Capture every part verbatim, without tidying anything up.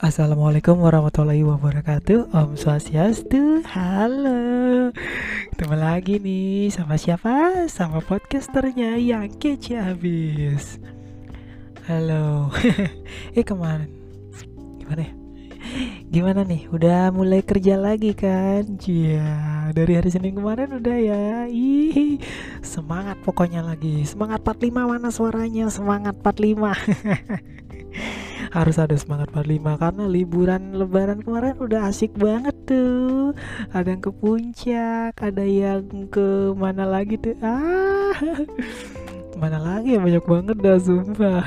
Assalamualaikum warahmatullahi wabarakatuh. Om Swastiastu. Halo. Ketemu lagi nih sama siapa? Sama podcasternya yang kece habis. Halo. eh kemarin gimana ya? Gimana nih? Udah mulai kerja lagi kan? Iya, dari hari Senin kemarin udah ya. Ih, semangat pokoknya lagi. Semangat empat puluh lima, mana suaranya? Semangat empat puluh lima. Harus ada semangat empat puluh lima karena liburan lebaran kemarin udah asik banget tuh. Ada yang ke puncak, ada yang ke mana lagi tuh? Ah, mana lagi ya, banyak banget dah sumpah.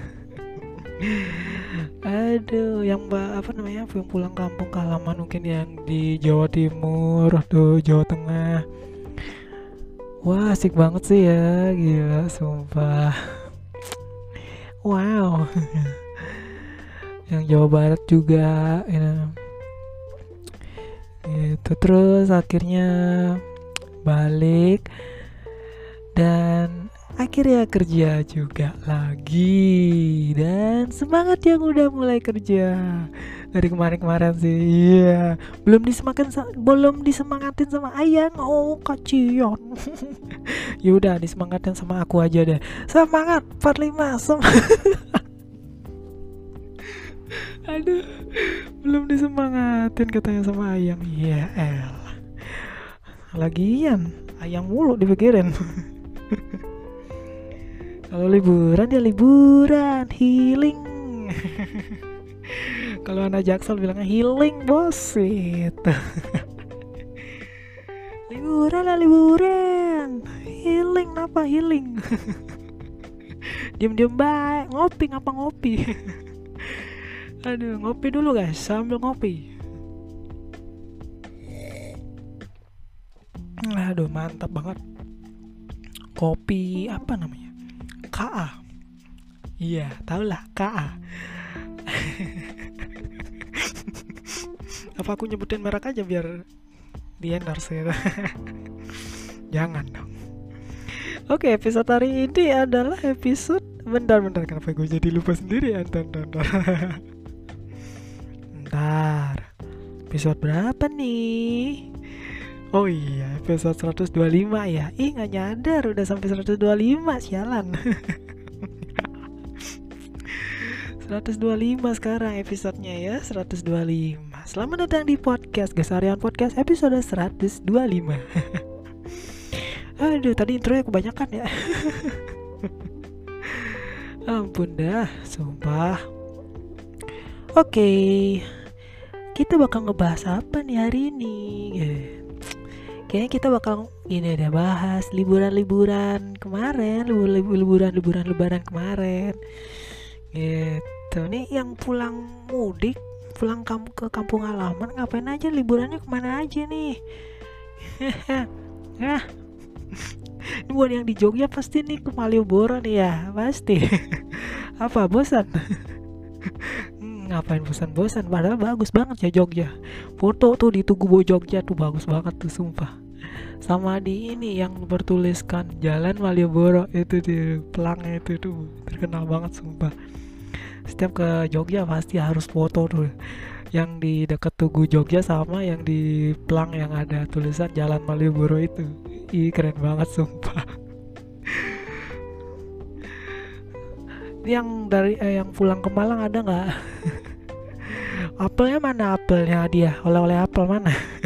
Aduh, yang mbak apa namanya, yang pulang kampung ke halaman mungkin yang di Jawa Timur tuh, Jawa Tengah. Wah, asik banget sih ya, gila sumpah. Wow. Yang Jawa Barat juga ya. Gitu, terus akhirnya balik dan akhirnya kerja juga lagi, dan semangat yang udah mulai kerja dari kemarin-kemarin sih. Iya, belum disemangatin belum disemangatin sama Ayang. Oh, kasihan. Yaudah, disemangatin sama aku aja deh. Semangat empat puluh lima. Semangat. Aduh, belum disemangatin katanya sama Ayang. Iya, el. Lagian Ayang mulu dipikirin. Kalau liburan ya liburan, healing. Kalau anak Jaksel bilangnya healing, bos. Itu. Liburan lah liburan. Healing apa healing? Diam-diam baik, ngopi ngapa ngopi? Aduh, ngopi dulu guys, sambil ngopi. Aduh, mantap banget. Kopi apa namanya? K A. Iya, tau lah K A. Apa aku nyebutin merek aja biar di endorse ya? Jangan dong. Oke, episode hari ini adalah episode bentar-bentar, kenapa gue jadi lupa sendiri ya? Bentar, bentar. Episode berapa nih? Oh iya, episode seratus dua puluh lima ya. Ih, gak nyadar udah sampai seratus dua puluh lima, sialan. seratus dua puluh lima sekarang episodenya ya, seratus dua puluh lima. Selamat datang di podcast Gesarian Podcast episode seratus dua puluh lima. Aduh, tadi intronya kebanyakan ya. Ampun dah, sumpah. Oke, kita bakal ngebahas apa nih hari ini? Kayaknya kita bakal ini deh, bahas liburan-liburan kemarin, liburan-liburan lebaran kemarin. Gitu. Nih yang pulang mudik, pulang kamp- ke kampung halaman, ngapain aja liburannya, kemana aja nih? Nah, ini buat yang di Jogja pasti nih ke Malioboro nih ya, pasti. Apa, bosan? Hmm, ngapain bosan-bosan, padahal bagus banget ya Jogja. Foto tuh di Tugu Bojo Jogja tuh bagus banget tuh sumpah. Sama di ini yang bertuliskan Jalan Malioboro, itu di pelangnya itu tuh terkenal banget sumpah. Setiap ke Jogja pasti harus foto tuh, yang di dekat Tugu Jogja sama yang di pelang yang ada tulisan Jalan Malioboro itu. Ih, keren banget sumpah. Yang dari eh, yang pulang ke Malang ada nggak? Apelnya mana, apelnya dia? Oleh-oleh apel mana?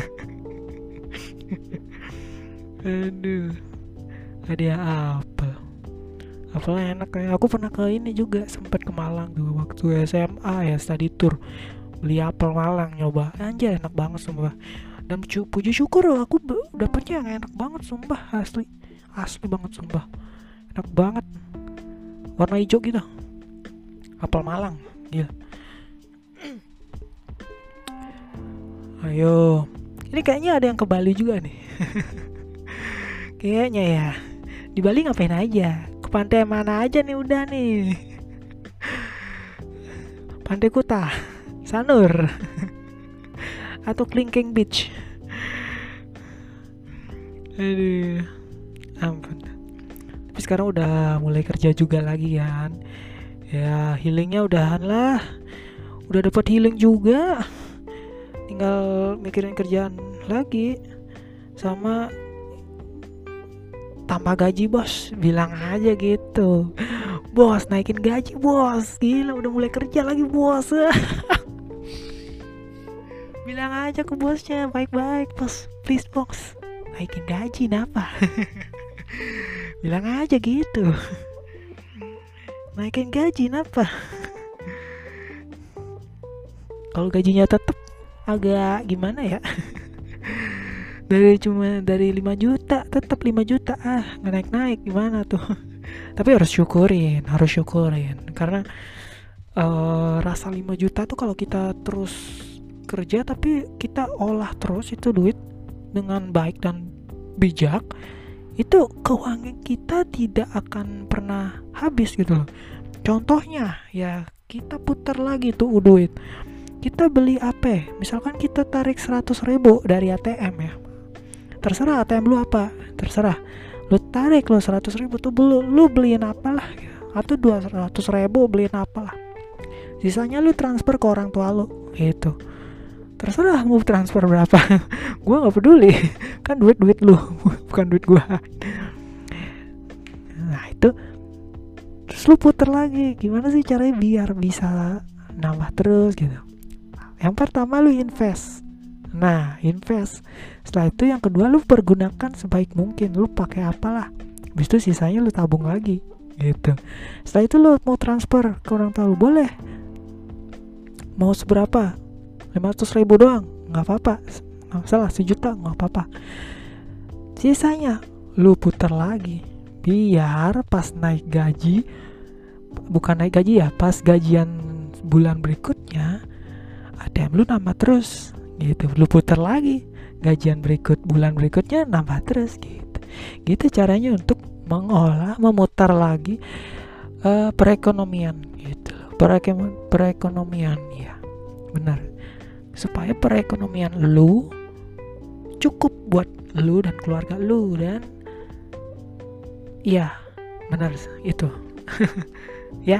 Aduh, hadiah apel. Apelnya enak kayak. Aku pernah ke ini juga, sempat ke Malang dulu waktu S M A ya, study tour. Beli apel Malang, nyoba. Anjir, enak banget sumpah. Dan pu- puji syukur aku be- dapetnya yang enak banget sumpah, asli. Asli banget sumpah. Enak banget. Warna hijau gitu. Apel Malang. Gila. Ayo. Ini kayaknya ada yang ke Bali juga nih. Kayaknya ya. Di Bali ngapain aja? Ke pantai mana aja nih udah nih? Pantai Kuta, Sanur, atau Klingking Beach? Aduh, ampun. Tapi sekarang udah mulai kerja juga lagi kan. Ya, healingnya udahan lah. udah dapat healing juga, tinggal mikirin kerjaan lagi sama tambah gaji bos. Bilang aja gitu, bos naikin gaji bos, gila udah mulai kerja lagi bos. Bilang aja ke bosnya baik-baik, bos please bos naikin gaji napa. Bilang aja gitu, naikin gaji napa. Kalau gajinya tetap agak gimana ya, dari cuma dari lima juta tetap lima juta, ah nggak naik-naik gimana tuh. Tapi harus syukurin, harus syukurin karena uh, rasa lima juta tuh kalau kita terus kerja tapi kita olah terus itu duit dengan baik dan bijak, itu keuangan kita tidak akan pernah habis gitu loh. Contohnya ya, kita putar lagi tuh duit, kita beli apa, misalkan kita tarik seratus ribu dari A T M ya, terserah A T M lu apa, terserah lu tarik lo seratus ribu tuh, lu, lu beliin apalah ya. Atau dua ratus ribu beliin apalah, sisanya lu transfer ke orang tua lu gitu. Terserah mau transfer berapa. Gua nggak peduli, kan duit duit lu bukan duit gua. Nah itu terus lu puter lagi, gimana sih caranya biar bisa nambah terus gitu. Yang pertama lu invest. Nah, invest. Setelah itu yang kedua lu pergunakan sebaik mungkin. Lu pakai apalah. Habis itu sisanya lu tabung lagi gitu. Setelah itu lu mau transfer ke orang tua lu, boleh. Mau seberapa? lima ratus ribu doang, enggak apa-apa. Enggak masalah, sejuta enggak apa-apa. Sisanya lu putar lagi. Biar pas naik gaji, bukan naik gaji ya, pas gajian bulan berikutnya A T M lu nambah terus gitu. Lu putar lagi, gajian berikut bulan berikutnya nambah terus gitu. Gitu caranya untuk mengolah, memutar lagi uh, perekonomian gitu. Pereke- perekonomian ya, benar. Supaya perekonomian lu cukup buat lu dan keluarga lu, dan iya benar itu. Ya.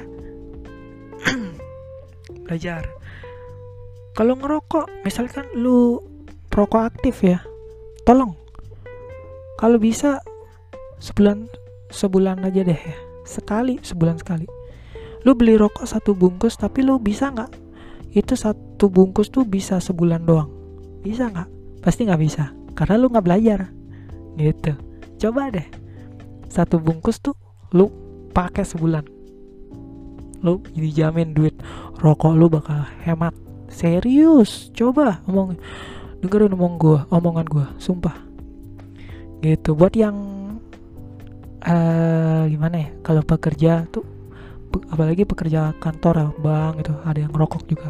Belajar. Kalau ngerokok, misalkan lu perokok aktif ya, tolong kalau bisa sebulan sebulan aja deh ya, sekali sebulan sekali. Lu beli rokok satu bungkus, tapi lu bisa nggak? Itu satu bungkus tuh bisa sebulan doang, bisa nggak? Pasti nggak bisa, karena lu nggak belajar. Gitu. Coba deh, satu bungkus tuh lu pakai sebulan, lu dijamin duit rokok lu bakal hemat. Serius, coba omong, dengerin omong gua, omongan gua, sumpah. Gitu. Buat yang uh, gimana ya, kalau pekerja tuh, apalagi pekerja kantor ya, bank gitu, ada yang ngerokok juga.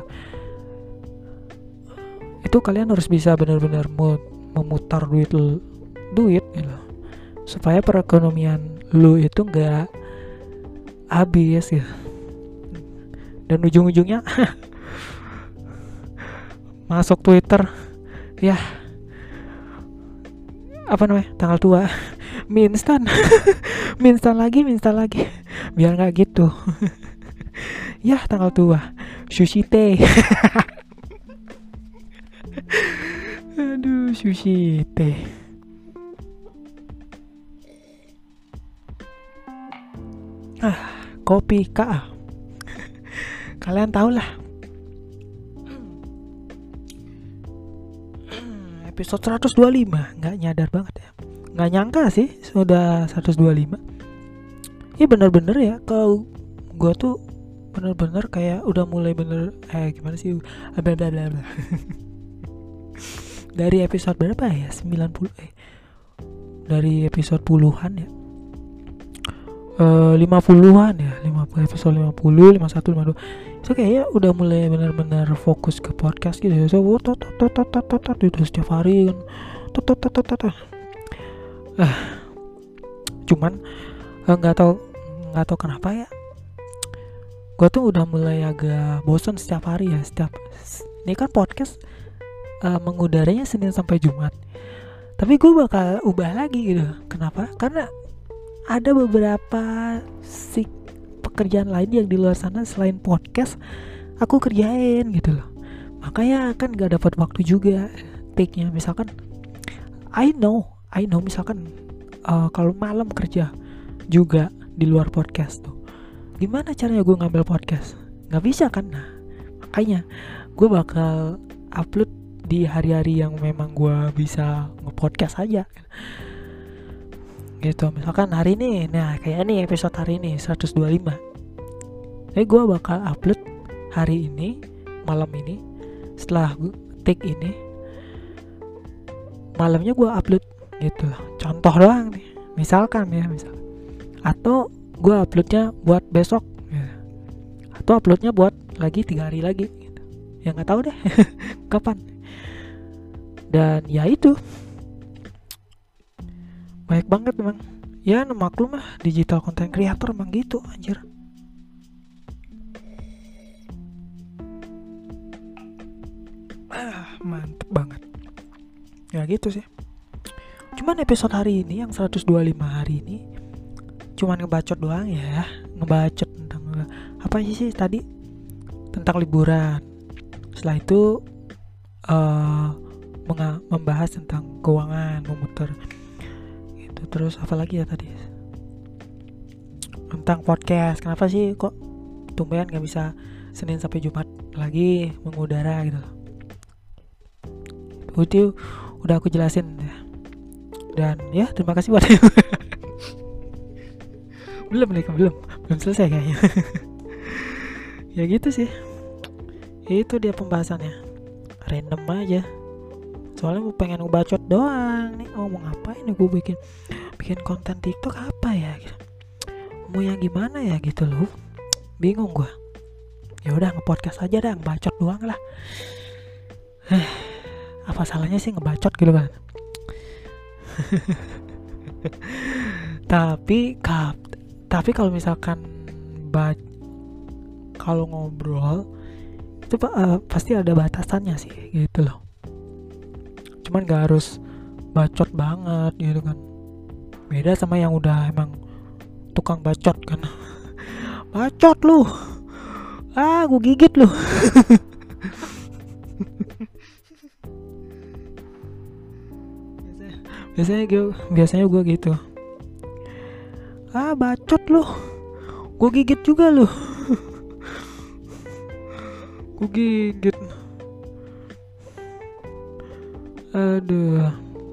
Itu kalian harus bisa benar-benar memutar duit lu, duit gitu, supaya perekonomian lu itu nggak habis gitu. Dan ujung-ujungnya masuk Twitter ya, apa namanya, tanggal tua, mie instan. Mie instan lagi, mie instan lagi, biar nggak gitu. Ya tanggal tua, sushi teh. Aduh, sushi teh. Ah, kopi kak. Kalian tau lah, episode seratus dua puluh lima, nggak nyadar banget ya, nggak nyangka sih sudah seratus dua puluh lima. Ini bener-bener ya, kalau gue tuh bener-bener kayak udah mulai bener, eh gimana sih, blablabla. Dari episode berapa ya, sembilan puluh eh dari episode puluhan ya, Uh, lima puluhan ya, lima puluh episode, lima puluh, lima puluh satu, lima puluh dua. So kayaknya udah mulai benar-benar fokus ke podcast gitu ya. So tot tot tot tot tot tot itu setiap hari kan. Tot tot tot tot tot. Ah. Cuman enggak tahu enggak tahu kenapa ya. Gue tuh udah mulai agak bosan setiap hari ya, setiap ini kan podcast uh, mengudaranya Senin sampai Jumat. Tapi gue bakal ubah lagi gitu. Kenapa? Karena ada beberapa si pekerjaan lain yang di luar sana selain podcast, aku kerjain gitu loh. Makanya kan gak dapat waktu juga take-nya. Misalkan I know I know misalkan uh, kalau malam kerja juga di luar podcast tuh, gimana caranya gue ngambil podcast? Gak bisa kan. Nah makanya gue bakal upload di hari-hari yang memang gue bisa nge-podcast aja gitu. Misalkan hari ini, nah kayak ini episode hari ini seratus dua puluh lima, jadi gue bakal upload hari ini malam ini. Setelah gue take ini malamnya gue upload gitu loh. Contoh doang nih, misalkan ya misal, atau gue uploadnya buat besok ya. Atau uploadnya buat lagi tiga hari lagi gitu. Ya nggak tahu deh kapan. Dan ya itu banyak banget memang. Ya maklum lah, digital content creator emang gitu anjir. Ah, mantep banget. Ya gitu sih. Cuman episode hari ini yang seratus dua puluh lima hari ini cuman ngebacot doang ya. Ngebacot tentang apa sih tadi? Tentang liburan. Setelah itu uh, menga- membahas tentang keuangan, memutar gitu. Terus apa lagi ya tadi? Tentang podcast. Kenapa sih kok tumben gak bisa Senin sampai Jumat lagi mengudara gitu. Itu udah aku jelasin ya. Dan ya terima kasih buat belum nih belum belum selesai kayaknya. Ya gitu sih, itu dia pembahasannya random aja. Soalnya gue pengen ngebacot doang nih. Oh mau ngapain nih gue bikin bikin konten TikTok apa ya gitu. Mau yang gimana ya gitu loh, bingung gue. Ya udah nge-podcast aja dah, ngebacot doang lah. Apa salahnya sih ngebacot gitu kan. tapi kap, tapi kalau misalkan bac kalau ngobrol itu uh, pasti ada batasannya sih gitu loh. Cuman gak harus bacot banget gitu kan. Beda sama yang udah emang tukang bacot kan. Bacot lu, ah gue gigit lu. biasanya gue biasanya gue gitu, ah bacot lu, gue gigit juga lu. Gue gigit, aduh.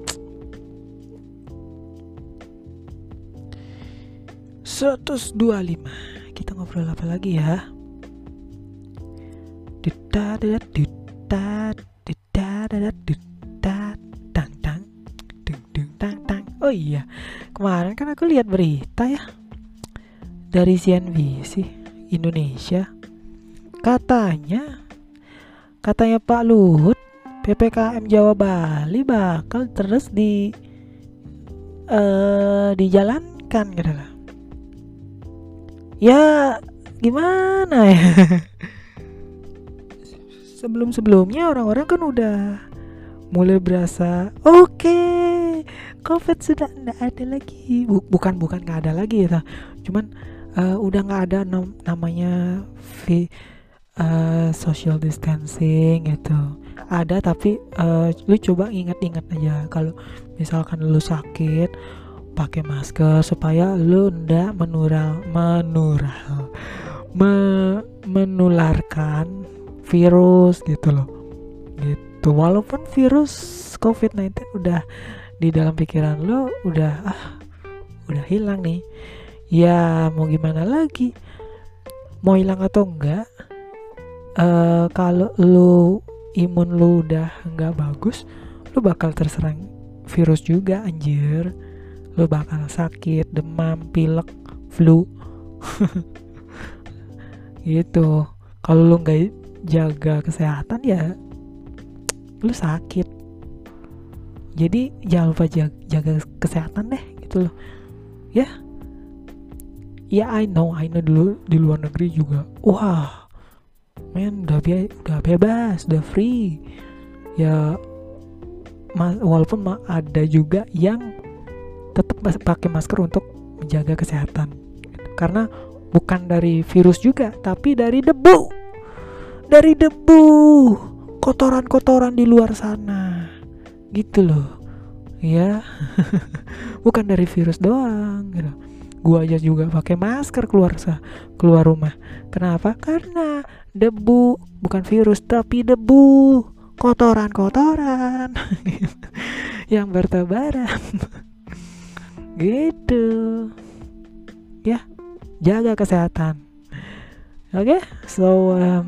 seratus dua puluh lima, kita ngobrol apa lagi ya? Ditadat ditadat ditadat ditadat tang tang ding ding tang tang. Oh iya, kemarin kan aku lihat berita ya dari C N B C Indonesia, katanya katanya Pak Luhut P P K M Jawa Bali bakal terus di uh, dijalankan gitu lah. Ya gimana ya? Sebelum-sebelumnya orang-orang kan udah mulai berasa oke, okay, COVID sudah nggak ada lagi. Bukan bukan nggak ada lagi ya, cuman uh, udah nggak ada nam- namanya v- uh, social distancing gitu. Ada tapi uh, lu coba ingat-ingat aja kalau misalkan lu sakit, pakai masker supaya lu ndak menural menural me, menularkan virus gitu loh. Gitu. Walaupun virus covid sembilan belas udah di dalam pikiran lu udah ah udah hilang nih. Ya mau gimana lagi? Mau hilang atau enggak? Uh, kalau lu imun lu udah enggak bagus, lu bakal terserang virus juga anjir. Lu bakal sakit, demam, pilek, flu. Gitu. Kalau lu nggak jaga kesehatan ya lu sakit. Jadi jangan lupa jaga, jaga kesehatan deh gitu loh. Ya. Ya I know, I know dulu di luar negeri juga. Wah. Men udah be- udah bebas, udah free. Ya ma- walaupun ma- ada juga yang tetap pakai masker untuk menjaga kesehatan. Karena bukan dari virus juga, tapi dari debu. dari debu, kotoran-kotoran di luar sana, gitu loh, ya. Bukan dari virus doang, gitu. Gua aja juga pakai masker keluar sah, keluar rumah. Kenapa? Karena debu, bukan virus tapi debu, kotoran-kotoran yang bertebaran. Gitu. Ya, jaga kesehatan. Oke, okay? So um,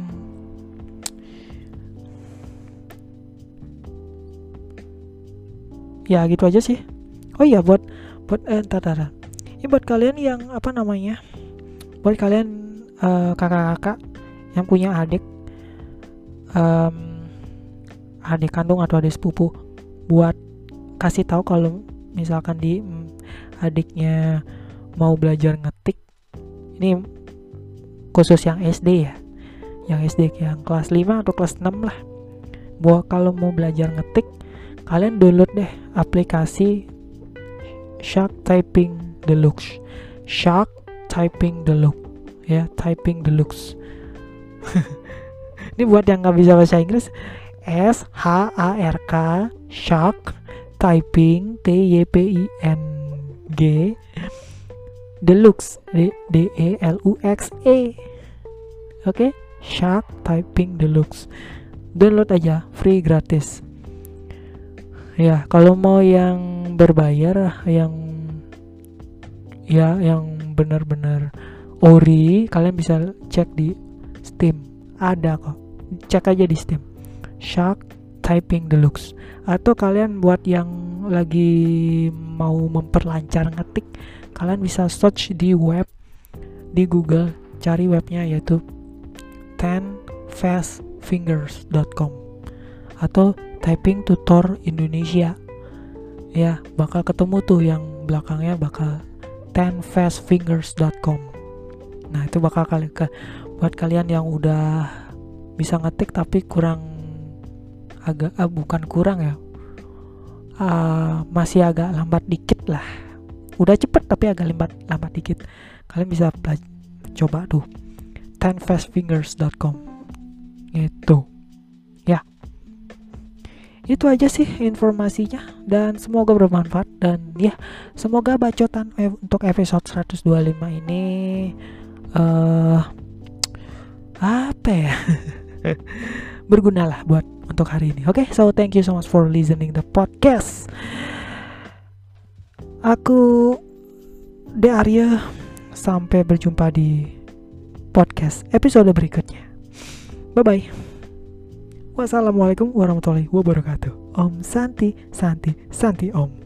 ya gitu aja sih. Oh iya, buat buat eh, entar, entar. Ini buat kalian yang apa namanya? Buat kalian uh, kakak-kakak yang punya adik, um, adik kandung atau adik sepupu, buat kasih tahu kalau misalkan di mm, adiknya mau belajar ngetik. Ini khusus yang S D ya, yang S D yang kelas lima atau kelas enam lah. Buat kalau mau belajar ngetik, kalian download deh aplikasi Shark Typing Deluxe. Shark Typing Deluxe, ya, Typing Deluxe. Ini buat yang nggak bisa bahasa Inggris, S H A R K Shark Typing T Y P I N G Deluxe, D E L U X E. Oke, okay? Shark Typing Deluxe. Download aja, free, gratis. Ya, kalau mau yang berbayar, yang ya yang benar-benar ori, kalian bisa cek di Steam. Ada kok. Cek aja di Steam. Shark Typing Deluxe. Atau kalian buat yang lagi mau memperlancar ngetik, kalian bisa search di web, di Google, cari webnya yaitu ten fast fingers dot com atau Typing Tutor Indonesia. Ya, bakal ketemu tuh yang belakangnya bakal ten fast fingers dot com. Nah, itu bakal kali ke buat kalian yang udah bisa ngetik tapi kurang agak ah, bukan kurang ya. Uh, masih agak lambat dikit lah. Udah cepet tapi agak lambat lambat dikit. Kalian bisa pelaj- coba tuh ten fast fingers dot com. Itu. Ya. Itu aja sih informasinya dan semoga bermanfaat dan ya, semoga bacotan eh, untuk episode seratus dua puluh lima ini uh, apa ya? berguna lah buat untuk hari ini. Oke, okay? So thank you so much for listening the podcast. Aku De Arya, sampai berjumpa di podcast episode berikutnya. Bye bye. Wassalamualaikum warahmatullahi wabarakatuh. Om Santi Santi Santi Om.